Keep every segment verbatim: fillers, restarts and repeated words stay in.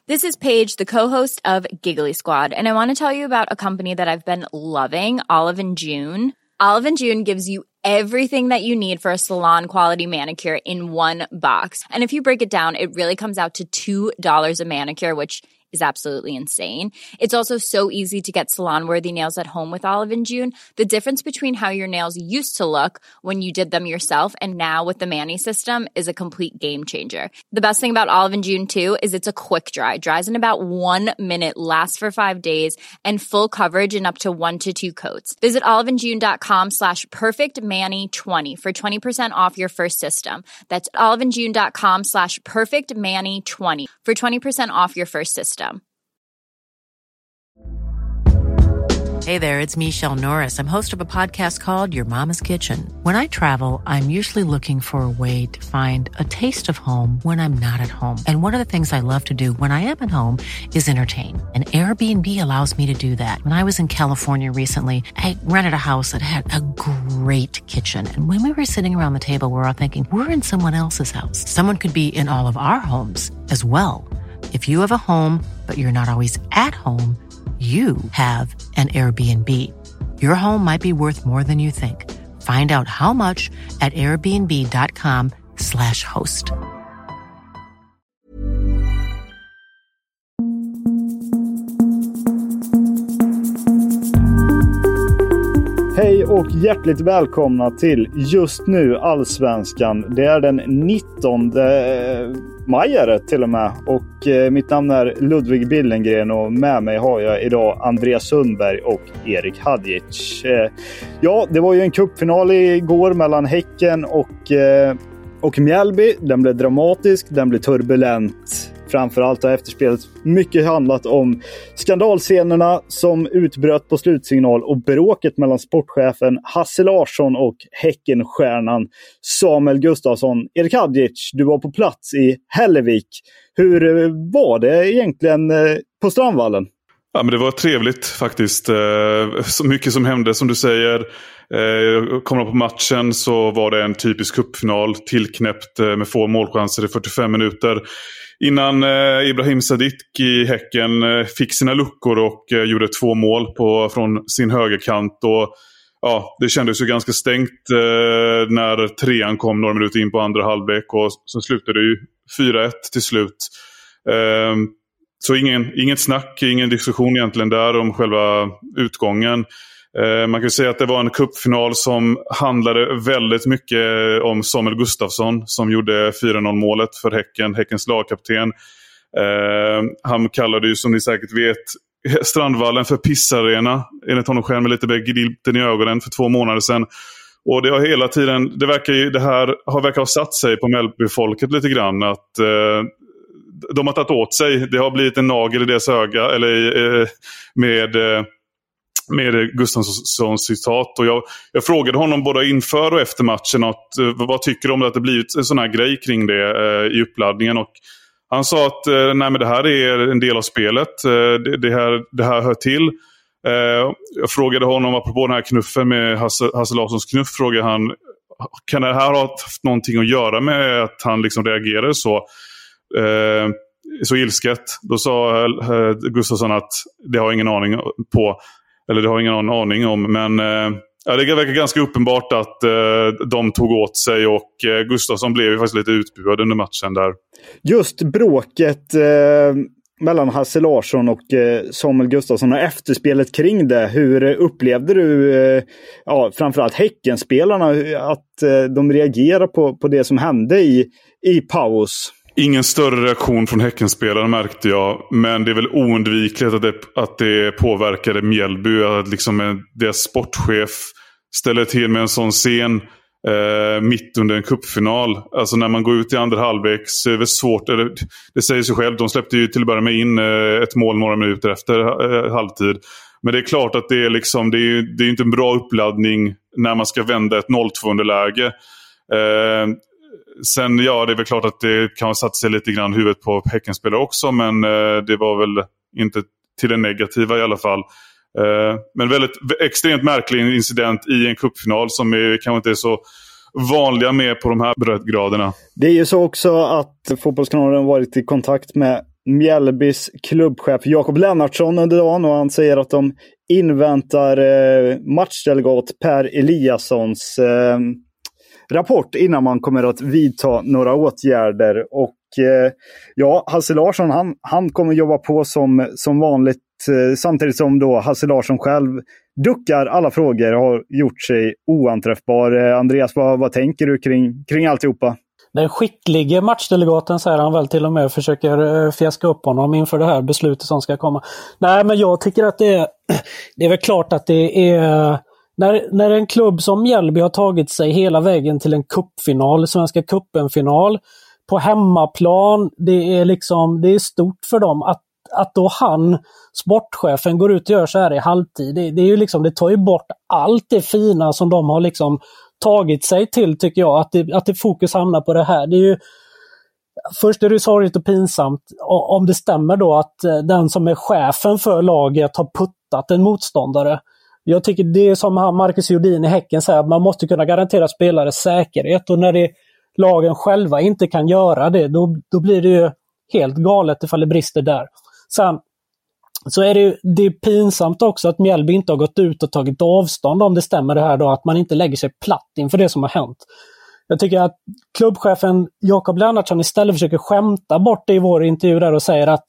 This is Paige, the co-host of Giggly Squad, and I want to tell you about a company that I've been loving, Olive and June. Olive and June gives you everything that you need for a salon-quality manicure in one box. And if you break it down, it really comes out to two dollars a manicure, which is absolutely insane. It's also so easy to get salon-worthy nails at home with Olive and June. The difference between how your nails used to look when you did them yourself and now with the Mani system is a complete game changer. The best thing about Olive and June, too, is it's a quick dry. Dries in about one minute, lasts for five days, and full coverage in up to one to two coats. Visit oliveandjune.com slash perfectmani20 for twenty percent off your first system. That's oliveandjune.com slash perfectmani20 for twenty percent off your first system. Hey there, it's Michelle Norris. I'm host of a podcast called Your Mama's Kitchen. When I travel, I'm usually looking for a way to find a taste of home when I'm not at home. And one of the things I love to do when I am at home is entertain. And Airbnb allows me to do that. When I was in California recently, I rented a house that had a great kitchen. And when we were sitting around the table, we were all thinking, we're in someone else's house. Someone could be in all of our homes as well. If you have a home, but you're not always at home, you have an Airbnb. Your home might be worth more than you think. Find out how much at airbnb.com slash host. Hej och hjärtligt välkomna till Just nu Allsvenskan. Det är den nittonde maj är det till och med. Och eh, mitt namn är Ludvig Billengren och med mig har jag idag Andreas Sundberg och Erik Hadjic. Eh, ja, det var ju en cupfinal igår mellan Häcken och, eh, och Mjällby. Den blev dramatisk, den blev turbulent. Framförallt har efterspelet mycket handlat om skandalscenerna som utbröt på slutsignal och bråket mellan sportchefen Hasse Larsson och Häckenstjärnan Samuel Gustafsson. Erik Hadjic, du var på plats i Hällevik. Hur var det egentligen på Strandvallen? Ja, men det var trevligt faktiskt. Så mycket som hände som du säger. Kommer på matchen så var det en typisk cupfinal tillknäppt med få målchanser i fyrtiofem minuter. Innan eh, Ibrahim Sadiq i Häcken eh, fick sina luckor och eh, gjorde två mål på, från sin högerkant. Och, ja, det kändes ju ganska stängt eh, när trean kom några minuter in på andra halvlek. Och så slutade det ju fyra ett till slut. Eh, så ingen, inget snack, ingen diskussion egentligen där om själva utgången. Eh, man kan säga att det var en cupfinal som handlade väldigt mycket om Samuel Gustafsson som gjorde fyra noll målet för Häcken, Häckens lagkapten. Eh, han kallade ju som ni säkert vet Strandvallen för pissarena, enligt honom själv med lite glimten i ögonen för två månader sedan. Och det har hela tiden, det verkar ju, det här har verkar ha satt sig på Mjällbyfolket lite grann att eh, de har tagit åt sig. Det har blivit en nagel i deras öga eller eh, med eh, med Gustafssons citat. Och jag, jag frågade honom både inför och efter matchen att, vad tycker du om att det blivit en sån här grej kring det eh, i uppladdningen. Och han sa att eh, nej, men det här är en del av spelet. Eh, det, det, här, det här hör till. Eh, jag frågade honom apropå den här knuffen med Hasse, Hasse Larssons knuff. Frågade han, kan det här ha haft någonting att göra med att han liksom reagerade så eh, så ilsket? Då sa eh, Gustafsson att det har ingen aning på. Eller det har jag ingen aning om. Men eh, det verkar ganska uppenbart att eh, de tog åt sig. Och eh, Gustafsson blev ju faktiskt lite utbuad under matchen där. Just bråket eh, mellan Hasse Larsson och eh, Samuel Gustafsson och efterspelet kring det. Hur upplevde du eh, ja, framförallt Häckenspelarna att eh, de reagerar på, på det som hände i, i paus? Ingen större reaktion från Häckenspelarna märkte jag. Men det är väl oundvikligt att det, att det påverkade Mjällby. Att liksom deras sportchef ställer till med en sån scen eh, mitt under en cupfinal. Alltså när man går ut i andra halvlek så är det väl svårt. Eller, det säger sig själv. De släppte ju till att börja med in eh, ett mål några minuter efter eh, halvtid. Men det är klart att det är, liksom, det är, det är inte en bra uppladdning när man ska vända ett noll två underläge. Eh, Sen ja, det är väl klart att det kan ha satt sig lite grann huvudet på Häckenspelare också. Men eh, det var väl inte till det negativa i alla fall. Eh, men väldigt extremt märklig incident i en cupfinal som är, kanske inte är så vanliga med på de här breddgraderna. Det är ju så också att Fotbollskanalen har varit i kontakt med Mjällbys klubbchef Jakob Lennartsson under dagen, och han säger att de inväntar eh, matchdelegat Per Eliassons eh, rapport innan man kommer att vidta några åtgärder. Och eh, ja, Hasse Larsson han, han kommer jobba på som, som vanligt, eh, samtidigt som då Hasse Larsson själv duckar alla frågor och har gjort sig oanträffbar. Eh, Andreas, vad, vad tänker du kring, kring alltihopa? Den skicklige matchdelegaten, säger han väl till och med, försöker fjäska upp honom inför det här beslutet som ska komma. Nej, men jag tycker att det är, det är väl klart att det är, när, när en klubb som Mjällby har tagit sig hela vägen till en cupfinal, Svenska cupen-final, på hemmaplan, det är liksom, det är stort för dem att, att då han, sportchefen, går ut och gör så här i halvtid. Det, det är ju liksom, det tar ju bort allt det fina som de har liksom tagit sig till, tycker jag, att det, att det fokus hamnar på det här. Det är ju, först är det sorgligt och pinsamt om det stämmer då att den som är chefen för laget har puttat en motståndare. Jag tycker det är som Marcus Jordin i Häcken säger, att man måste kunna garantera spelare säkerhet, och när det, lagen själva inte kan göra det, då, då blir det ju helt galet ifall det brister där. Sen så är det ju, det är pinsamt också att Mjällby inte har gått ut och tagit avstånd, om det stämmer det här då, att man inte lägger sig platt inför det som har hänt. Jag tycker att klubbchefen Jakob Lennartsson istället försöker skämta bort det i vår intervju där och säger att,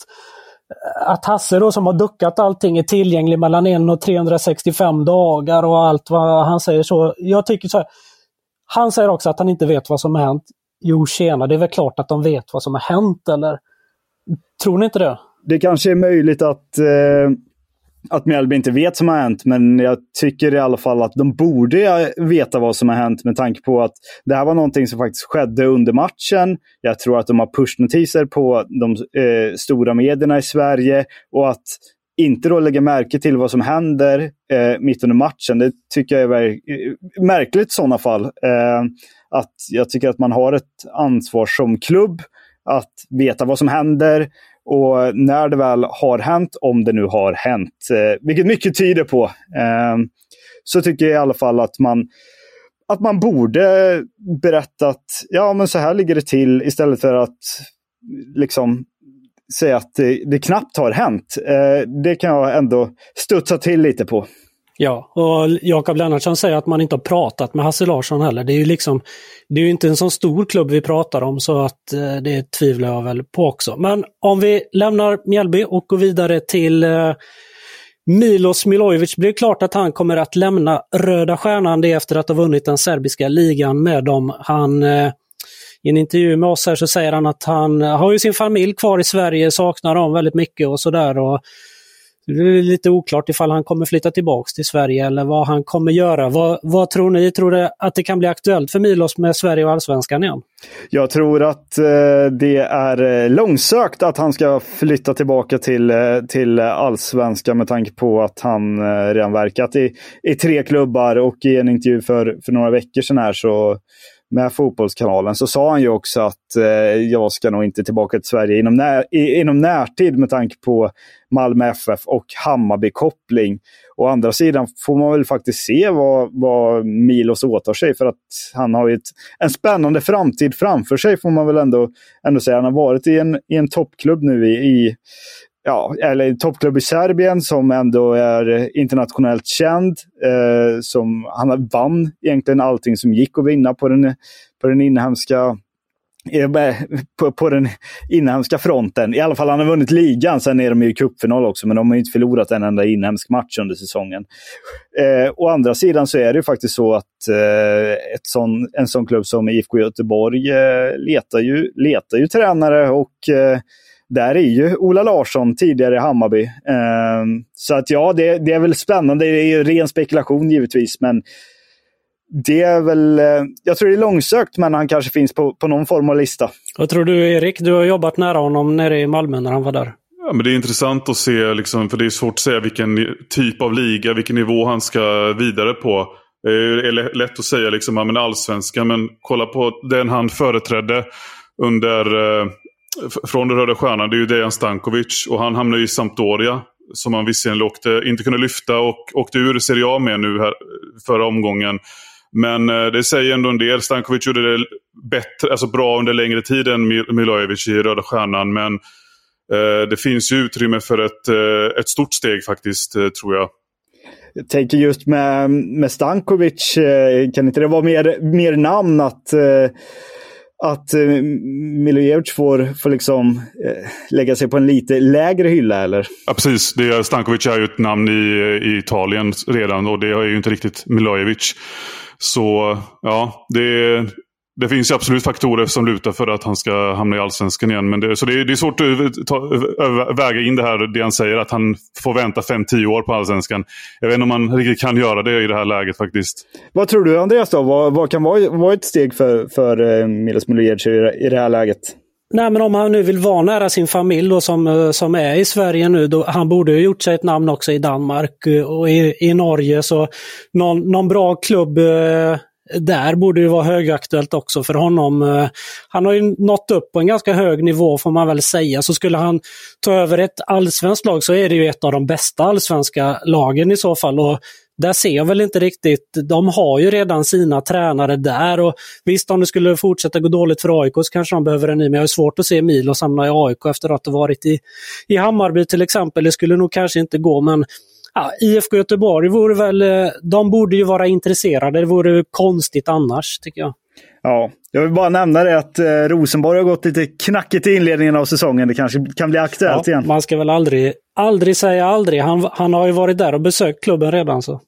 att Hasse då, som har duckat allting, är tillgänglig mellan en och trehundrasextiofem dagar och allt vad han säger. Så jag tycker så här, han säger också att han inte vet vad som har hänt. Jo, tjena, det är väl klart att de vet vad som har hänt, eller tror ni inte det? Det kanske är möjligt att, eh, att Mjällby inte vet vad som har hänt, men jag tycker i alla fall att de borde veta vad som har hänt, med tanke på att det här var någonting som faktiskt skedde under matchen. Jag tror att de har pushnotiser på de eh, stora medierna i Sverige, och att inte då lägga märke till vad som händer eh, mitt under matchen, det tycker jag är ver- märkligt i sådana fall. Eh, att jag tycker att man har ett ansvar som klubb att veta vad som händer, och när det väl har hänt, om det nu har hänt, eh, vilket mycket tyder på, eh, så tycker jag i alla fall att man, att man borde berätta att ja, men så här ligger det till, istället för att liksom säga att det, det knappt har hänt. Eh, det kan jag ändå studsa till lite på. Ja, och Jakob Lennartsson säger att man inte har pratat med Hasse Larsson heller. Det är ju liksom, det är ju inte en sån stor klubb vi pratar om, så att eh, det tvivlar jag väl på också. Men om vi lämnar Mjällby och går vidare till eh, Milos Milojevic, blir det klart att han kommer att lämna Röda Stjärnan det efter att ha vunnit den serbiska ligan med dem. Han, eh, i en intervju med oss här så säger han att han har ju sin familj kvar i Sverige, saknar dem väldigt mycket och sådär, och det är lite oklart ifall han kommer flytta tillbaka till Sverige eller vad han kommer göra. Vad, vad tror ni? Tror du att det kan bli aktuellt för Milos med Sverige och Allsvenskan igen? Jag tror att eh, det är långsökt att han ska flytta tillbaka till, eh, till Allsvenskan, med tanke på att han eh, redan verkat i, i tre klubbar, och i en intervju för, för några veckor sedan här så med Fotbollskanalen så sa han ju också att eh, jag ska nog inte tillbaka till Sverige inom, när, i, inom närtid, med tanke på Malmö F F och Hammarby-koppling. Å andra sidan får man väl faktiskt se vad, vad Milos åtar sig, för att han har ju ett, en spännande framtid framför sig, får man väl ändå, ändå säga. Han har varit i en, i en toppklubb nu i, i ja, eller en toppklubb i Serbien som ändå är internationellt känd, eh, som han vann egentligen allting som gick att vinna på den, på den inhemska På, på den inhemska fronten. I alla fall han har vunnit ligan, sen är de ju i cupfinal också, men de har inte förlorat en enda inhemsk match under säsongen. Eh, å andra sidan så är det ju faktiskt så att eh, ett sån, en sån klubb som I F K Göteborg eh, letar, ju, letar ju tränare, och eh, där är ju Ola Larsson tidigare i Hammarby. Eh, så att ja, det, det är väl spännande. Det är ju ren spekulation givetvis, men det är väl, jag tror det är långsökt, men han kanske finns på, på någon form av lista. Vad tror du, Erik? Du har jobbat nära honom nere i Malmö när han var där. Ja, men det är intressant att se, liksom, för det är svårt att säga vilken typ av liga, vilken nivå han ska vidare på. Det är lätt att säga liksom, men allsvenskan, men kolla på den han företrädde under, från den Röda Stjärnan, det är ju Dejan Stankovic, och han hamnade i Sampdoria, som han visserligen åkte, inte kunde lyfta, och åkte ur Serie A med nu här förra omgången. Men eh, det säger ändå en del. Stankovic gjorde det bättre, alltså bra under längre tid än Milojevic i Röda Stjärnan. Men Eh, det finns ju utrymme för ett, eh, ett stort steg faktiskt, eh, tror jag. Jag tänker just med, med Stankovic, eh, kan inte det vara mer, mer namn att, eh, att eh, Milojevic får, får liksom eh, lägga sig på en lite lägre hylla, eller? Ja, precis. Det är, Stankovic är ju ett namn i, i Italien redan, och det är ju inte riktigt Milojevic. Så ja, det, det finns ju absolut faktorer som lutar för att han ska hamna i Allsvenskan igen. Men det, så det, det är svårt att ta, väga in det här, det han säger, att han får vänta fem till tio år på Allsvenskan. Jag vet inte om man riktigt kan göra det i det här läget faktiskt. Vad tror du, Andreas, då? Vad, vad kan vara, vara ett steg för, för eh, Milos Milojevic i, i det här läget? Nej, men om han nu vill vara nära sin familj då, som, som är i Sverige nu, då, han borde ha gjort sig ett namn också i Danmark och i, i Norge, så någon, någon bra klubb eh, där borde ju vara högaktuellt också för honom. Eh, han har ju nått upp på en ganska hög nivå, får man väl säga. Så skulle han ta över ett allsvenskt lag, så är det ju ett av de bästa allsvenska lagen i så fall, och där ser jag väl inte riktigt, de har ju redan sina tränare där, och visst, om det skulle fortsätta gå dåligt för A I K så kanske de behöver en ny, men jag har svårt att se Milos hamna i A I K efter att ha varit i, i Hammarby till exempel. Det skulle nog kanske inte gå, men ja, I F K Göteborg vore väl, de borde ju vara intresserade, det vore konstigt annars, tycker jag. Ja, jag vill bara nämna det att eh, Rosenborg har gått lite knackigt i inledningen av säsongen. Det kanske kan bli aktuellt ja, igen. Man ska väl aldrig, aldrig säga aldrig. Han, han har ju varit där och besökt klubben redan, så.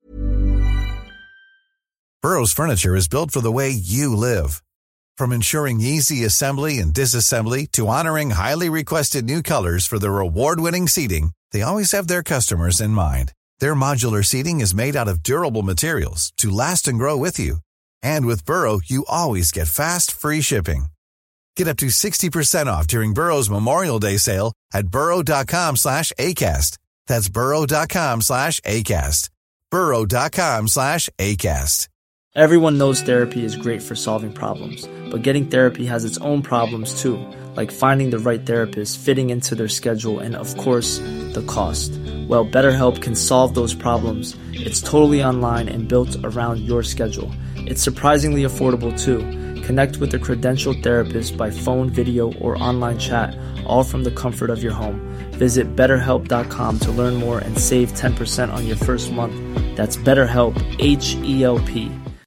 Burrow's furniture is built for the way you live. From ensuring easy assembly and disassembly to honoring highly requested new colors for their award-winning seating, they always have their customers in mind. Their modular seating is made out of durable materials to last and grow with you. And with Burrow, you always get fast, free shipping. Get up to sixty percent off during Burrow's Memorial Day sale at burrow.com slash ACAST. That's burrow.com slash ACAST. burrow.com slash ACAST. Everyone knows therapy is great for solving problems, but getting therapy has its own problems too, like finding the right therapist, fitting into their schedule, and of course, the cost. Well, BetterHelp can solve those problems. It's totally online and built around your schedule. It's surprisingly affordable too. Connect with a credentialed therapist by phone, video, or online chat, all from the comfort of your home. Visit better help dot com to learn more and save ten percent on your first month. That's BetterHelp, H E L P.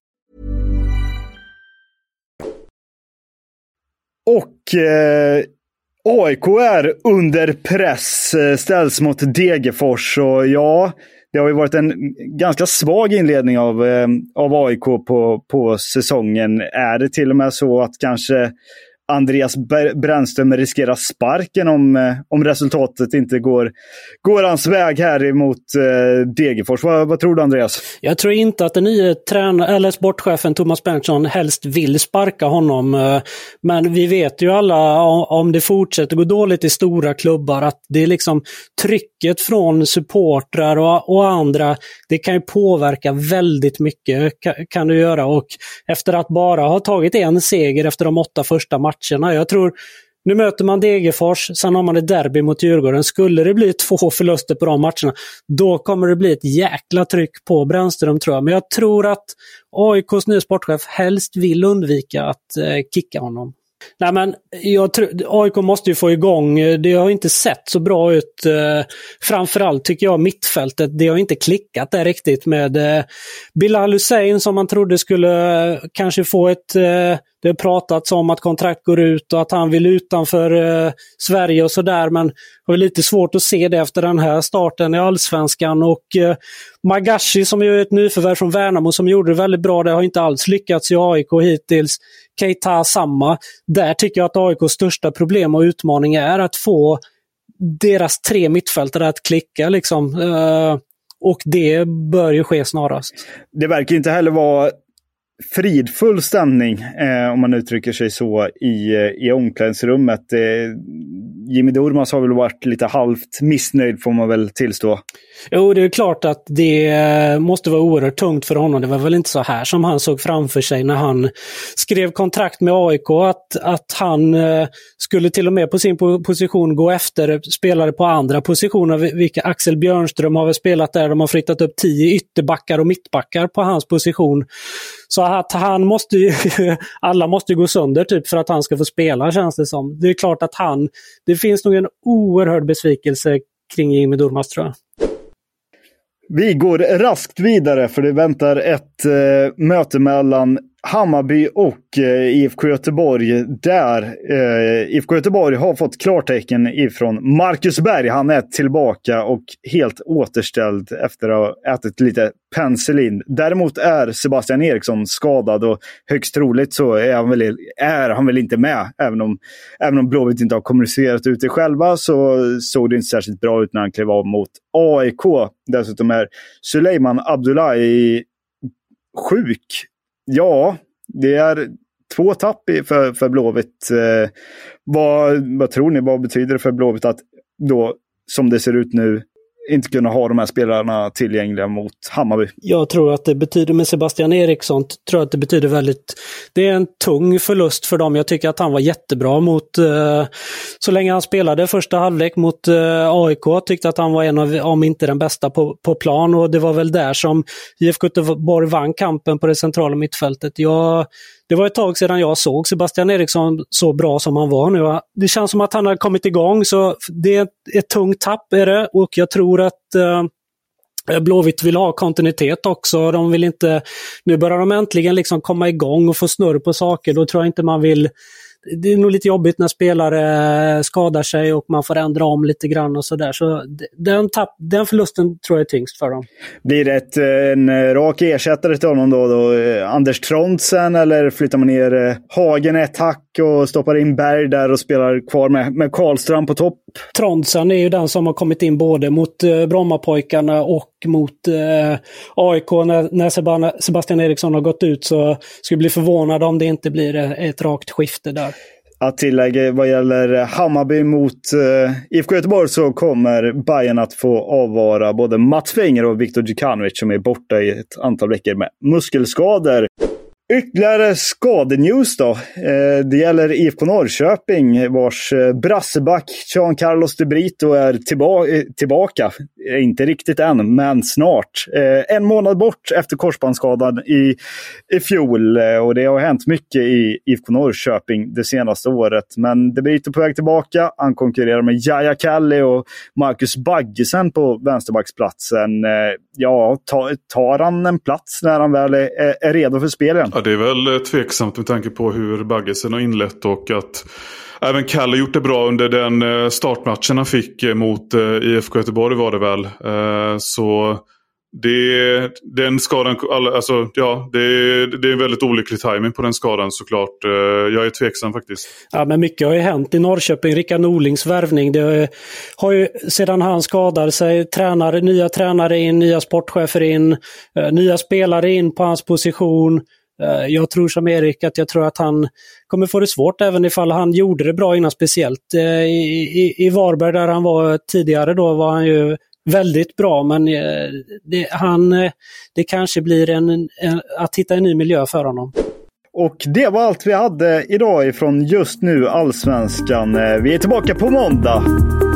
Och eh, A I K är under press, eh, ställs mot Degerfors, och ja, det har ju varit en ganska svag inledning av, eh, av A I K på, på säsongen. Är det till och med så att kanske Andreas Brännström riskerar sparken om, eh, om resultatet inte går, går hans väg här emot eh, Degerfors? Vad, vad tror du, Andreas? Jag tror inte att den nya tränare eller sportchefen Thomas Berntsson helst vill sparka honom. Eh, men vi vet ju alla, om det fortsätter gå dåligt i stora klubbar, att det är liksom trycket från supportrar och, och andra, det kan ju påverka väldigt mycket, kan, kan du göra. Och efter att bara ha tagit en seger efter de åtta första matcherna, jag tror, nu möter man Degerfors, sen har man ett derby mot Djurgården. Skulle det bli två förluster på de matcherna, då kommer det bli ett jäkla tryck på Brännström, tror jag. Men jag tror att A I K:s nya sportchef helst vill undvika att eh, kicka honom. Nej, men jag tror, A I K måste ju få igång, det har inte sett så bra ut, eh, framförallt tycker jag mittfältet, det har inte klickat där riktigt med eh, Bilal Hussein, som man trodde skulle eh, kanske få ett, eh, det har pratats om att kontrakt går ut och att han vill utanför eh, Sverige och sådär, men har lite svårt att se det efter den här starten i Allsvenskan. Och eh, Magashi, som är ett nyförvärv från Värnamo, som gjorde det väldigt bra, det har inte alls lyckats i A I K hittills. Keita samma. Där tycker jag att A I K:s största problem och utmaning är att få deras tre mittfältare att klicka liksom. Uh, och det bör ju ske snarast. Det verkar inte heller vara fridfull stämning, eh, om man uttrycker sig så, i, i omklädningsrummet. Eh, Jimmy Durmaz har väl varit lite halvt missnöjd, får man väl tillstå. Jo, det är klart att det måste vara oerhört tungt för honom. Det var väl inte så här som han såg framför sig när han skrev kontrakt med A I K, att, att han eh, skulle till och med på sin position gå efter spelare på andra positioner, vilka Axel Björnström har väl spelat där. De har flyttat upp tio ytterbackar och mittbackar på hans position. Så att han måste ju, alla måste ju gå sönder typ för att han ska få spela, känns det som. Det är klart att han, det finns nog en oerhörd besvikelse kring Jimmy Durmaz, tror jag. Vi går raskt vidare för det väntar ett eh, möte mellan Hammarby och eh, I F K Göteborg där eh, I F K Göteborg har fått klartecken ifrån Marcus Berg. Han är tillbaka och helt återställd efter att ha ätit lite penicillin. Däremot är Sebastian Eriksson skadad och högst troligt så är han väl, är han väl inte med. Även om, även om Blåvitt inte har kommunicerat ut det själva så såg det inte särskilt bra ut när han klev av mot A I K. Dessutom är Suleiman Abdullahi sjuk. Ja, det är två tapp för, för Blåvitt. Eh, vad, vad tror ni, vad betyder det för Blåvitt att då, som det ser ut nu, inte kunna ha de här spelarna tillgängliga mot Hammarby? Jag tror att det betyder med Sebastian Eriksson, tror jag att det betyder väldigt, det är en tung förlust för dem. Jag tycker att han var jättebra mot, eh, så länge han spelade första halvlek mot eh, A I K, tyckte att han var en av, om inte den bästa på, på plan, och det var väl där som I F K Göteborg vann kampen på det centrala mittfältet. Jag Det var ett tag sedan jag såg Sebastian Eriksson så bra som han var nu. Det känns som att han har kommit igång, så det är ett tungt tapp är det, och jag tror att eh, Blåvitt vill ha kontinuitet också. De vill inte, nu börjar de äntligen liksom komma igång och få snurr på saker. Då tror jag inte man vill, det är nog lite jobbigt när spelare skadar sig och man får ändra om lite grann och sådär. Så den, tapp, den förlusten tror jag är tyngst för dem. Blir det ett, en rak ersättare till honom då, då? Anders Trondsen, eller flyttar man ner Hagen ett hack och stoppar in Berg där och spelar kvar med, med Karlstrand på topp? Trondsen är ju den som har kommit in både mot eh, Brommapojkarna och mot eh, A I K. När, när Sebastian Eriksson har gått ut så skulle bli förvånad om det inte blir ett rakt skifte där. Att tillägga vad gäller Hammarby mot uh, I F K Göteborg så kommer Bayern att få avvara både Mats Wenger och Viktor Djukanovic som är borta i ett antal veckor med muskelskador. Ytterligare skadenews då. Eh, det gäller I F K Norrköping vars eh, brasseback Jean Carlos de Brito är tillba- eh, tillbaka. Eh, inte riktigt än, men snart. Eh, en månad bort efter korsbandsskadan i, i fjol. Eh, och det har hänt mycket i I F K Norrköping det senaste året. Men de Brito är på väg tillbaka. Han konkurrerar med Jaja Kalli och Marcus Baggesen på vänsterbacksplatsen. Eh, ja, tar, tar han en plats när han väl är, är redo för spelen? Ja, det är väl tveksamt med tanke på hur Baggesen har inlett och att även Kalle gjort det bra under den startmatchen han fick mot I F K Göteborg var det väl. Så det, den skadan, alltså ja, det, det är en väldigt olycklig timing på den skadan såklart. Jag är tveksam faktiskt. Ja, men mycket har ju hänt i Norrköping. Rickard Norlings värvning, det har ju sedan han skadade sig, tränare, nya tränare in, nya sportchefer in, nya spelare in på hans position. Jag tror som Erik att jag tror att han kommer få det svårt även ifall han gjorde det bra innan, speciellt i, i, i Varberg där han var tidigare. Då var han ju väldigt bra, men det, han, det kanske blir en, en, att hitta en ny miljö för honom. Och det var allt vi hade idag ifrån Just Nu Allsvenskan. Vi är tillbaka på måndag.